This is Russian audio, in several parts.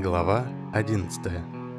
Глава 11.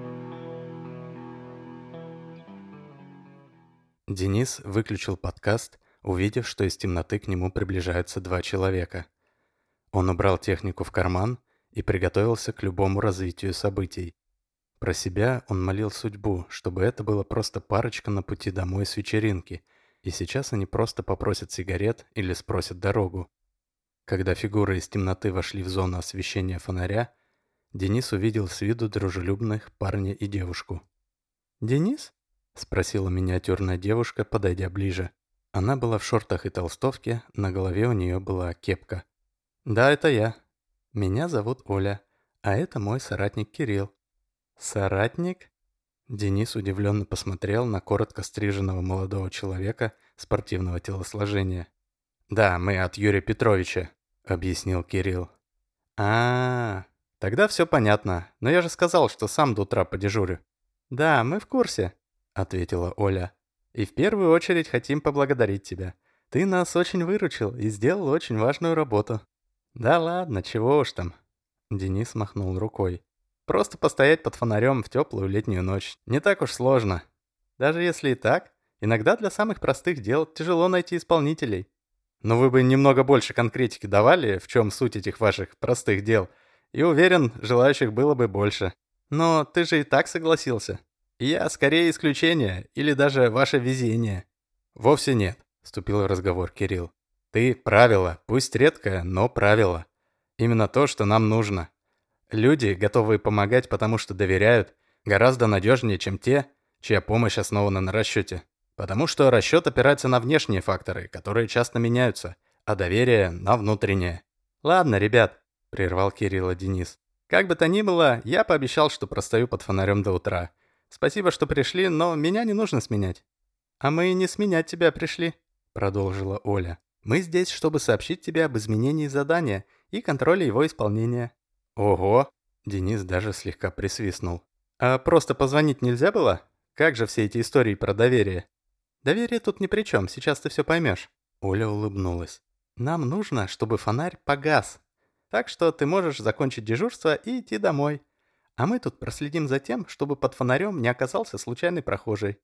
Денис выключил подкаст, увидев, что из темноты к нему приближаются два человека. Он убрал технику в карман и приготовился к любому развитию событий. Про себя он молил судьбу, чтобы это была просто парочка на пути домой с вечеринки, и сейчас они просто попросят сигарет или спросят дорогу. Когда фигуры из темноты вошли в зону освещения фонаря, Денис увидел с виду дружелюбных парня и девушку. «Денис?» — спросила миниатюрная девушка, подойдя ближе. Она была в шортах и толстовке, на голове у нее была кепка. «Да, это я. Меня зовут Оля, а это мой соратник Кирилл». «Соратник?» Денис удивленно посмотрел на коротко стриженного молодого человека спортивного телосложения. «Да, мы от Юрия Петровича», — объяснил Кирилл. Тогда все понятно, но я же сказал, что сам до утра подежурю». «Да, мы в курсе», — ответила Оля. «И в первую очередь хотим поблагодарить тебя. Ты нас очень выручил и сделал очень важную работу». «Да ладно, чего уж там». Денис махнул рукой. «Просто постоять под фонарем в теплую летнюю ночь. Не так уж сложно. Даже если и так, иногда для самых простых дел тяжело найти исполнителей. Но вы бы немного больше конкретики давали, в чем суть этих ваших простых дел, и уверен, желающих было бы больше. Но ты же и так согласился. И я скорее исключение, или даже ваше везение». «Вовсе нет», — вступил в разговор Кирилл. «Ты правило, пусть редкое, но правило. Именно то, что нам нужно. Люди, готовые помогать, потому что доверяют, гораздо надежнее, чем те, чья помощь основана на расчете. Потому что расчет опирается на внешние факторы, которые часто меняются, а доверие — на внутреннее». «Ладно, ребят», — прервал Кирилла Денис. «Как бы то ни было, я пообещал, что простою под фонарем до утра. Спасибо, что пришли, но меня не нужно сменять». «А мы не сменять тебя пришли», — продолжила Оля. «Мы здесь, чтобы сообщить тебе об изменении задания и контроле его исполнения». «Ого!» — Денис даже слегка присвистнул. «А просто позвонить нельзя было? Как же все эти истории про доверие?» «Доверие тут ни при чем, сейчас ты все поймешь». Оля улыбнулась. «Нам нужно, чтобы фонарь погас. Так что ты можешь закончить дежурство и идти домой. А мы тут проследим за тем, чтобы под фонарем не оказался случайный прохожий».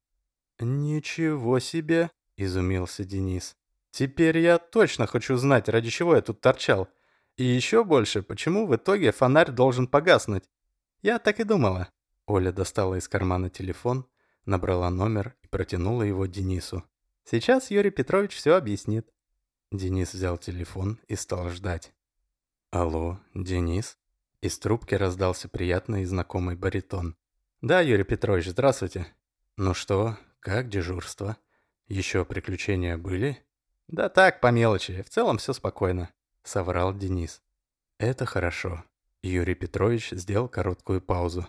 «Ничего себе!» — изумился Денис. «Теперь я точно хочу знать, ради чего я тут торчал. И еще больше, почему в итоге фонарь должен погаснуть?» «Я так и думала». Оля достала из кармана телефон, набрала номер и протянула его Денису. «Сейчас Юрий Петрович все объяснит». Денис взял телефон и стал ждать. «Алло, Денис?» Из трубки раздался приятный и знакомый баритон. «Да, Юрий Петрович, здравствуйте». «Ну что, как дежурство? Еще приключения были?» «Да так, по мелочи. В целом все спокойно», — соврал Денис. «Это хорошо». Юрий Петрович сделал короткую паузу.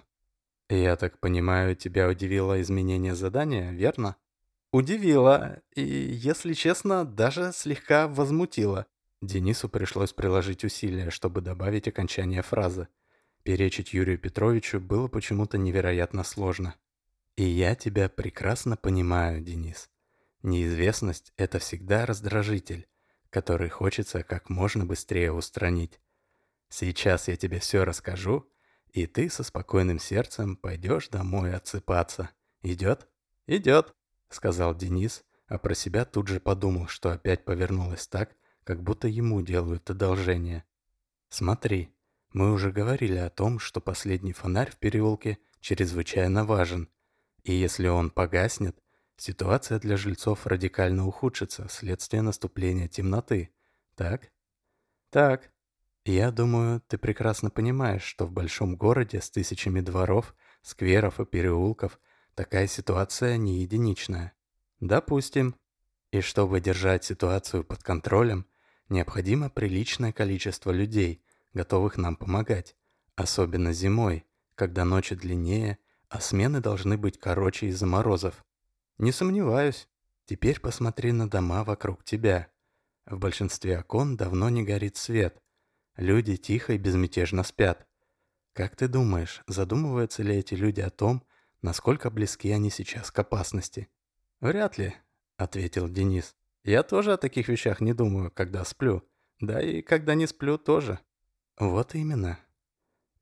«Я так понимаю, тебя удивило изменение задания, верно?» «Удивило. И, если честно, даже слегка возмутило». Денису пришлось приложить усилия, чтобы добавить окончание фразы. Перечить Юрию Петровичу было почему-то невероятно сложно. «И я тебя прекрасно понимаю, Денис. Неизвестность — это всегда раздражитель, который хочется как можно быстрее устранить. Сейчас я тебе все расскажу, и ты со спокойным сердцем пойдешь домой отсыпаться. Идет?» «Идет», — сказал Денис, а про себя тут же подумал, что опять повернулось так, как будто ему делают одолжение. «Смотри, мы уже говорили о том, что последний фонарь в переулке чрезвычайно важен, и если он погаснет, ситуация для жильцов радикально ухудшится вследствие наступления темноты. Так?» «Так. Я думаю, ты прекрасно понимаешь, что в большом городе с тысячами дворов, скверов и переулков такая ситуация не единичная. Допустим. И чтобы держать ситуацию под контролем, необходимо приличное количество людей, готовых нам помогать. Особенно зимой, когда ночи длиннее, а смены должны быть короче из-за морозов. Не сомневаюсь. Теперь посмотри на дома вокруг тебя. В большинстве окон давно не горит свет. Люди тихо и безмятежно спят. Как ты думаешь, задумываются ли эти люди о том, насколько близки они сейчас к опасности? «Вряд ли», — ответил Денис. «Я тоже о таких вещах не думаю, когда сплю. Да и когда не сплю тоже». «Вот именно.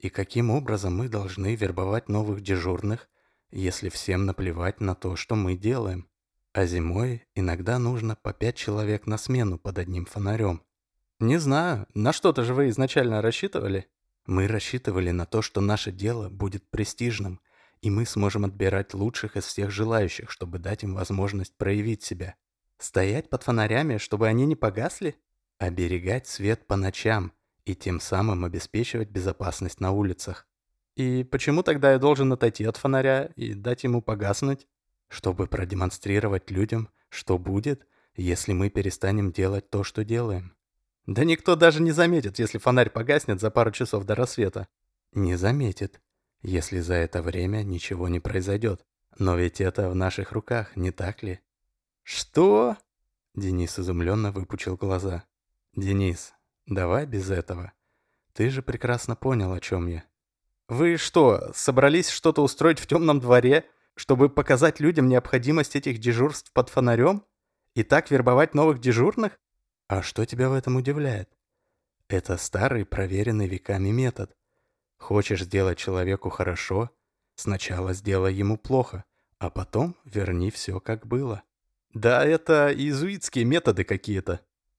И каким образом мы должны вербовать новых дежурных, если всем наплевать на то, что мы делаем? А зимой иногда нужно по 5 человек на смену под одним фонарем. Не знаю, на что-то же вы изначально рассчитывали? Мы рассчитывали на то, что наше дело будет престижным, и мы сможем отбирать лучших из всех желающих, чтобы дать им возможность проявить себя. Стоять под фонарями, чтобы они не погасли? Оберегать свет по ночам и тем самым обеспечивать безопасность на улицах. И почему тогда я должен отойти от фонаря и дать ему погаснуть? Чтобы продемонстрировать людям, что будет, если мы перестанем делать то, что делаем. Да никто даже не заметит, если фонарь погаснет за пару часов до рассвета. Не заметит, если за это время ничего не произойдет. Но ведь это в наших руках, не так ли? Что? Денис изумленно выпучил глаза. Денис, давай без этого. Ты же прекрасно понял, о чем я. Вы что, собрались что-то устроить в темном дворе, чтобы показать людям необходимость этих дежурств под фонарем? И так вербовать новых дежурных? А что тебя в этом удивляет? Это старый, проверенный веками метод. Хочешь сделать человеку хорошо, сначала сделай ему плохо, а потом верни все как было. Да это иезуитские методы какие-то.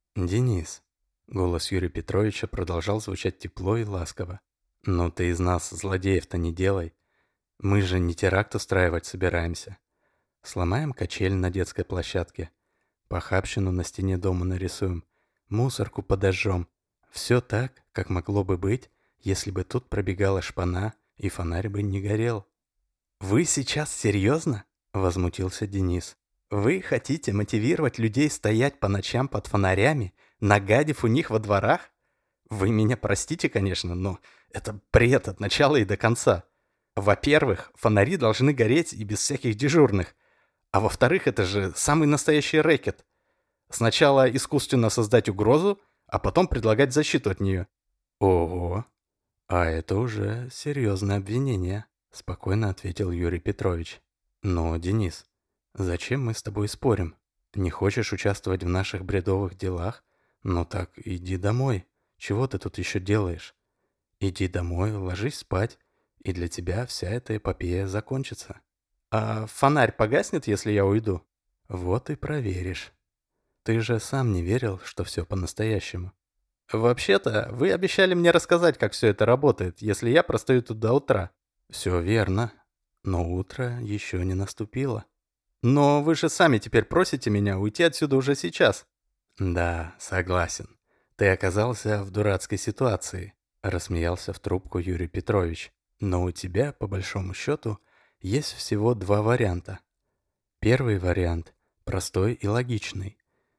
Денис, голос Юрия Петровича продолжал звучать тепло и ласково. Ну ты из нас злодеев-то не делай. Мы же не теракт устраивать собираемся. Сломаем качель на детской площадке. Похабщину на стене дома нарисуем. Мусорку подожжем. Все так, как могло бы быть, если бы тут пробегала шпана, и фонарь бы не горел. «Вы сейчас серьезно?» — возмутился Денис. «Вы хотите мотивировать людей стоять по ночам под фонарями, нагадив у них во дворах? Вы меня простите, конечно, но это бред от начала и до конца. Во-первых, фонари должны гореть и без всяких дежурных. А во-вторых, это же самый настоящий рэкет. Сначала искусственно создать угрозу, а потом предлагать защиту от нее». «Ого, а это уже серьезное обвинение», — спокойно ответил Юрий Петрович. «Но, Денис, зачем мы с тобой спорим? Не хочешь участвовать в наших бредовых делах? Ну так иди домой. Чего ты тут еще делаешь? Иди домой, ложись спать, и для тебя вся эта эпопея закончится». «А фонарь погаснет, если я уйду?» «Вот и проверишь. Ты же сам не верил, что все по-настоящему». «Вообще-то, вы обещали мне рассказать, как все это работает, если я простою тут до утра». «Все верно, но утро еще не наступило». «Но вы же сами теперь просите меня уйти отсюда уже сейчас». «Да, согласен. Ты оказался в дурацкой ситуации», — рассмеялся в трубку Юрий Петрович. «Но у тебя, по большому счету, есть всего два варианта. Первый вариант простой и логичный.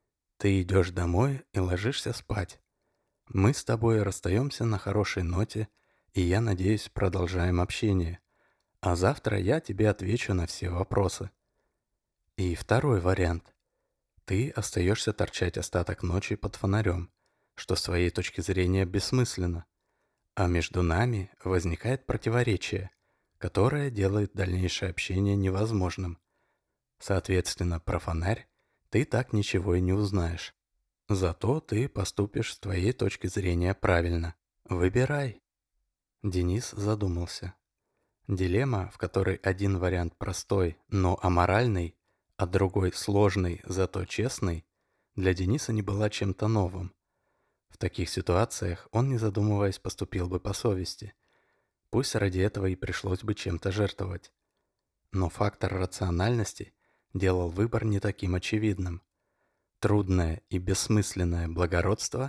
Ты идешь домой и ложишься спать. Мы с тобой расстаемся на хорошей ноте, и я надеюсь, продолжаем общение. А завтра я тебе отвечу на все вопросы. И второй вариант. Ты остаешься торчать остаток ночи под фонарем, что с твоей точки зрения бессмысленно. А между нами возникает противоречие, которое делает дальнейшее общение невозможным. Соответственно, про фонарь ты так ничего и не узнаешь. Зато ты поступишь с твоей точки зрения правильно. Выбирай. Денис задумался. Дилемма, в которой один вариант простой, но аморальный, а другой сложный, зато честный, для Дениса не была чем-то новым. В таких ситуациях он, не задумываясь, поступил бы по совести. Пусть ради этого и пришлось бы чем-то жертвовать. Но фактор рациональности делал выбор не таким очевидным. Трудное и бессмысленное благородство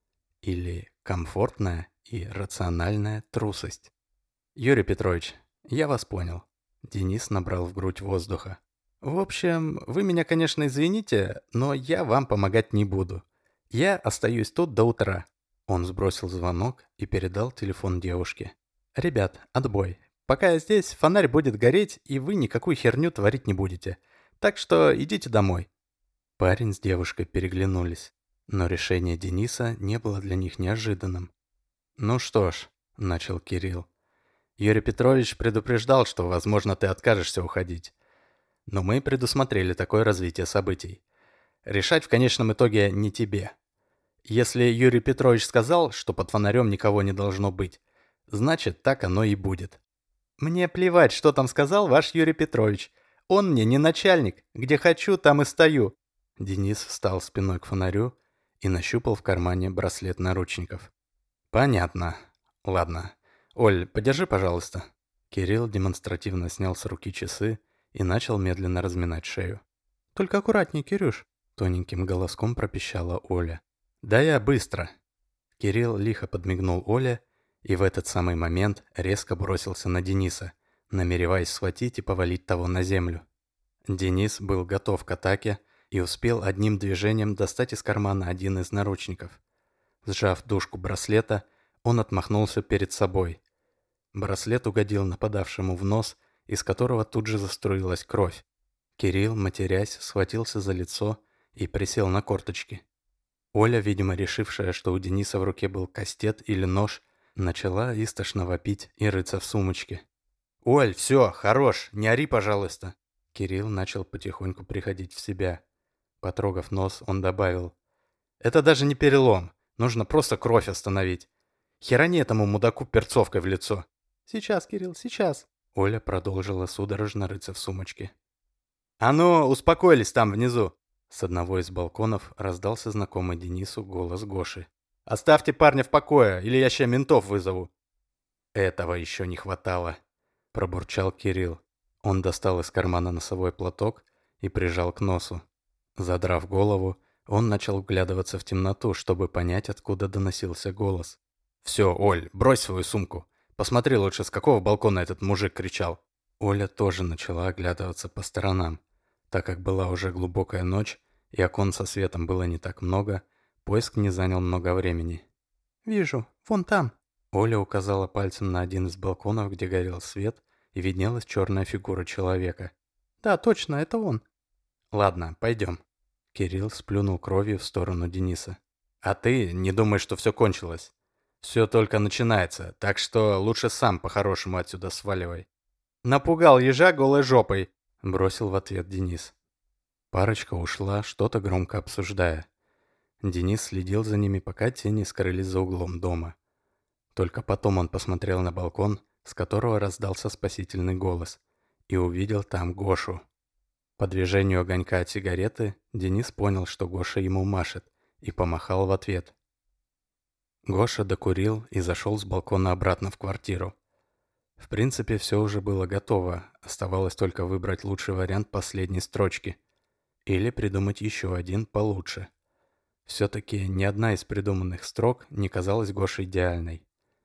или комфортная и рациональная трусость. Юрий Петрович, я вас понял. Денис набрал в грудь воздуха. В общем, вы меня, конечно, извините, но я вам помогать не буду. Я остаюсь тут до утра. Он сбросил звонок и передал телефон девушке. Ребят, отбой. Пока я здесь, фонарь будет гореть, и вы никакую херню творить не будете. Так что идите домой. Парень с девушкой переглянулись, но решение Дениса не было для них неожиданным. «Ну что ж», — начал Кирилл, — «Юрий Петрович предупреждал, что, возможно, ты откажешься уходить. Но мы предусмотрели такое развитие событий. Решать в конечном итоге не тебе. Если Юрий Петрович сказал, что под фонарем никого не должно быть, Значит, так оно и будет. Мне плевать, что там сказал ваш Юрий Петрович. Он мне не начальник. Где хочу, там и стою. Денис встал спиной к фонарю и нащупал в кармане браслет наручников. Понятно. Ладно. Оль, подержи, пожалуйста. Кирилл демонстративно снял с руки часы и начал медленно разминать шею. Только аккуратней, Кирюш, тоненьким голоском пропищала Оля. Да я быстро. Кирилл лихо подмигнул Оле и в этот самый момент резко бросился на Дениса, намереваясь схватить и повалить того на землю. Денис был готов к атаке и успел одним движением достать из кармана один из наручников. Сжав дужку браслета, он отмахнулся перед собой. Браслет угодил нападавшему в нос, из которого тут же заструилась кровь. Кирилл, матерясь, схватился за лицо и присел на корточки. Оля, видимо, решившая, что у Дениса в руке был кастет или нож, начала истошно вопить и рыться в сумочке. «Оль, все, хорош, не ори, пожалуйста!» Кирилл начал потихоньку приходить в себя. Потрогав нос, он добавил: «Это даже не перелом, нужно просто кровь остановить. Херани этому мудаку перцовкой в лицо!» «Сейчас, Кирилл, сейчас!» Оля продолжила судорожно рыться в сумочке. «А ну, успокоились там внизу!» С одного из балконов раздался знакомый Денису голос Гоши. «Оставьте парня в покое, или я ща ментов вызову!» «Этого еще не хватало!» Пробурчал Кирилл. Он достал из кармана носовой платок и прижал к носу. Задрав голову, он начал вглядываться в темноту, чтобы понять, откуда доносился голос. «Все, Оль, брось свою сумку. Посмотри лучше, с какого балкона этот мужик кричал». Оля тоже начала оглядываться по сторонам. Так как была уже глубокая ночь, и окон со светом было не так много, поиск не занял много времени. «Вижу, вон там». Оля указала пальцем на один из балконов, где горел свет, и виднелась черная фигура человека. «Да, точно, это он». «Ладно, пойдем». Кирилл сплюнул кровью в сторону Дениса. «А ты не думай, что все кончилось. Все только начинается, так что лучше сам по-хорошему отсюда сваливай». «Напугал ежа голой жопой», — бросил в ответ Денис. Парочка ушла, что-то громко обсуждая. Денис следил за ними, пока те не скрылись за углом дома. Только потом он посмотрел на балкон, с которого раздался спасительный голос, и увидел там Гошу. По движению огонька от сигареты Денис понял, что Гоша ему машет, и помахал в ответ. Гоша докурил и зашел с балкона обратно в квартиру. В принципе, все уже было готово, оставалось только выбрать лучший вариант последней строчки. Или придумать еще один получше. Все-таки ни одна из придуманных строк не казалась Гоше идеальной.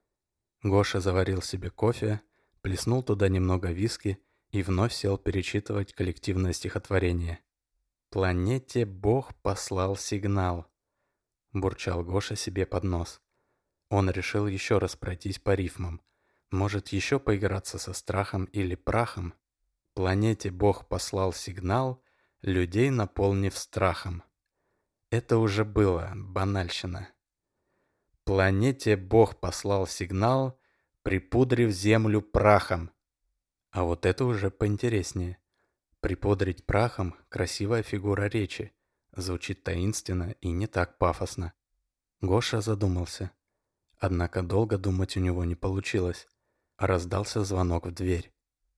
Гоша заварил себе кофе, плеснул туда немного виски и вновь сел перечитывать коллективное стихотворение. «Планете Бог послал сигнал», — бурчал Гоша себе под нос. Он решил еще раз пройтись по рифмам. Может, еще поиграться со страхом или прахом? «Планете Бог послал сигнал, людей наполнив страхом». Это уже было банальщина. «Планете Бог послал сигнал, припудрив землю прахом». А вот это уже поинтереснее. Припудрить прахом — красивая фигура речи. Звучит таинственно и не так пафосно. Гоша задумался. Однако долго думать у него не получилось. Раздался звонок в дверь.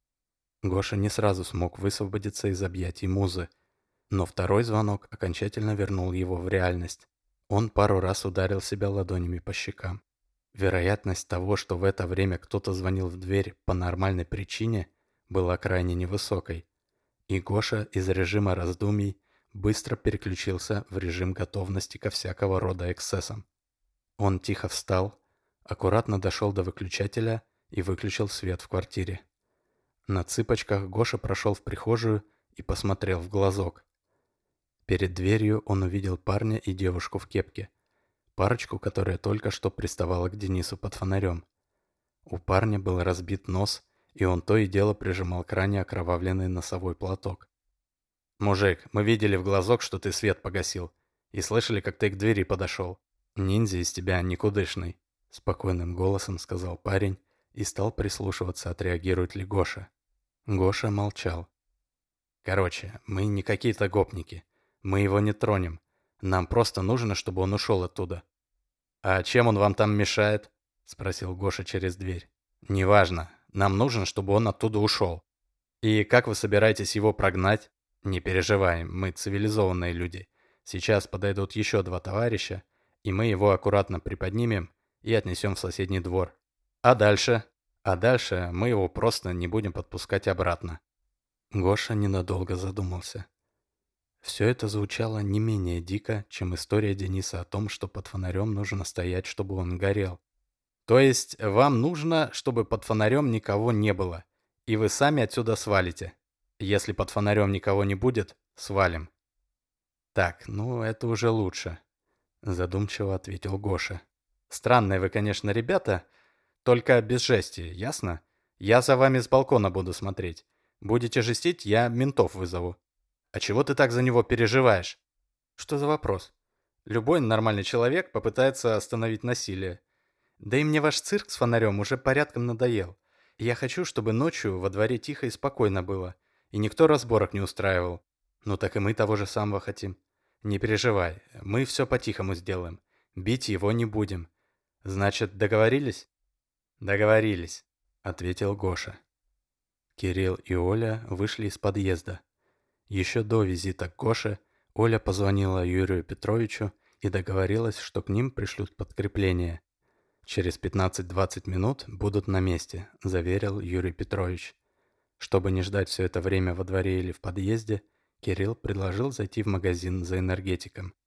Гоша не сразу смог высвободиться из объятий музы. Но второй звонок окончательно вернул его в реальность. Он пару раз ударил себя ладонями по щекам. Вероятность того, что в это время кто-то звонил в дверь по нормальной причине, была крайне невысокой. И Гоша из режима раздумий быстро переключился в режим готовности ко всякого рода эксцессам. Он тихо встал, аккуратно дошел до выключателя и выключил свет в квартире. На цыпочках Гоша прошел в прихожую и посмотрел в глазок. Перед дверью он увидел парня и девушку в кепке. Парочку, которая только что приставала к Денису под фонарем. У парня был разбит нос, и он то и дело прижимал к ране окровавленный носовой платок. «Мужик, мы видели в глазок, что ты свет погасил, и слышали, как ты к двери подошел. Ниндзя из тебя никудышный», — спокойным голосом сказал парень и стал прислушиваться, отреагирует ли Гоша. Гоша молчал. «Короче, мы не какие-то гопники. Мы его не тронем. Нам просто нужно, чтобы он ушел оттуда». «А чем он вам там мешает?» спросил Гоша через дверь. «Неважно. Нам нужно, чтобы он оттуда ушел. И как вы собираетесь его прогнать? Не переживай, мы цивилизованные люди. Сейчас подойдут еще 2 товарища, и мы его аккуратно приподнимем и отнесем в соседний двор. А дальше? А дальше мы его просто не будем подпускать обратно». Гоша ненадолго задумался. Все это звучало не менее дико, чем история Дениса о том, что под фонарем нужно стоять, чтобы он горел. То есть вам нужно, чтобы под фонарем никого не было, и вы сами отсюда свалите. Если под фонарем никого не будет, свалим. Так, ну это уже лучше, задумчиво ответил Гоша. Странные вы, конечно, ребята, только без жести, ясно? Я за вами с балкона буду смотреть. Будете жестить, я ментов вызову. А чего ты так за него переживаешь? Что за вопрос? Любой нормальный человек попытается остановить насилие. Да и мне ваш цирк с фонарем уже порядком надоел. Я хочу, чтобы ночью во дворе тихо и спокойно было, и никто разборок не устраивал. Ну так и мы того же самого хотим. Не переживай, мы все по-тихому сделаем. Бить его не будем. Значит, договорились? Договорились, ответил Гоша. Кирилл и Оля вышли из подъезда. Еще до визита к Гоше Оля позвонила Юрию Петровичу и договорилась, что к ним пришлют подкрепление. «Через 15-20 минут будут на месте», – заверил Юрий Петрович. Чтобы не ждать все это время во дворе или в подъезде, Кирилл предложил зайти в магазин за энергетиком.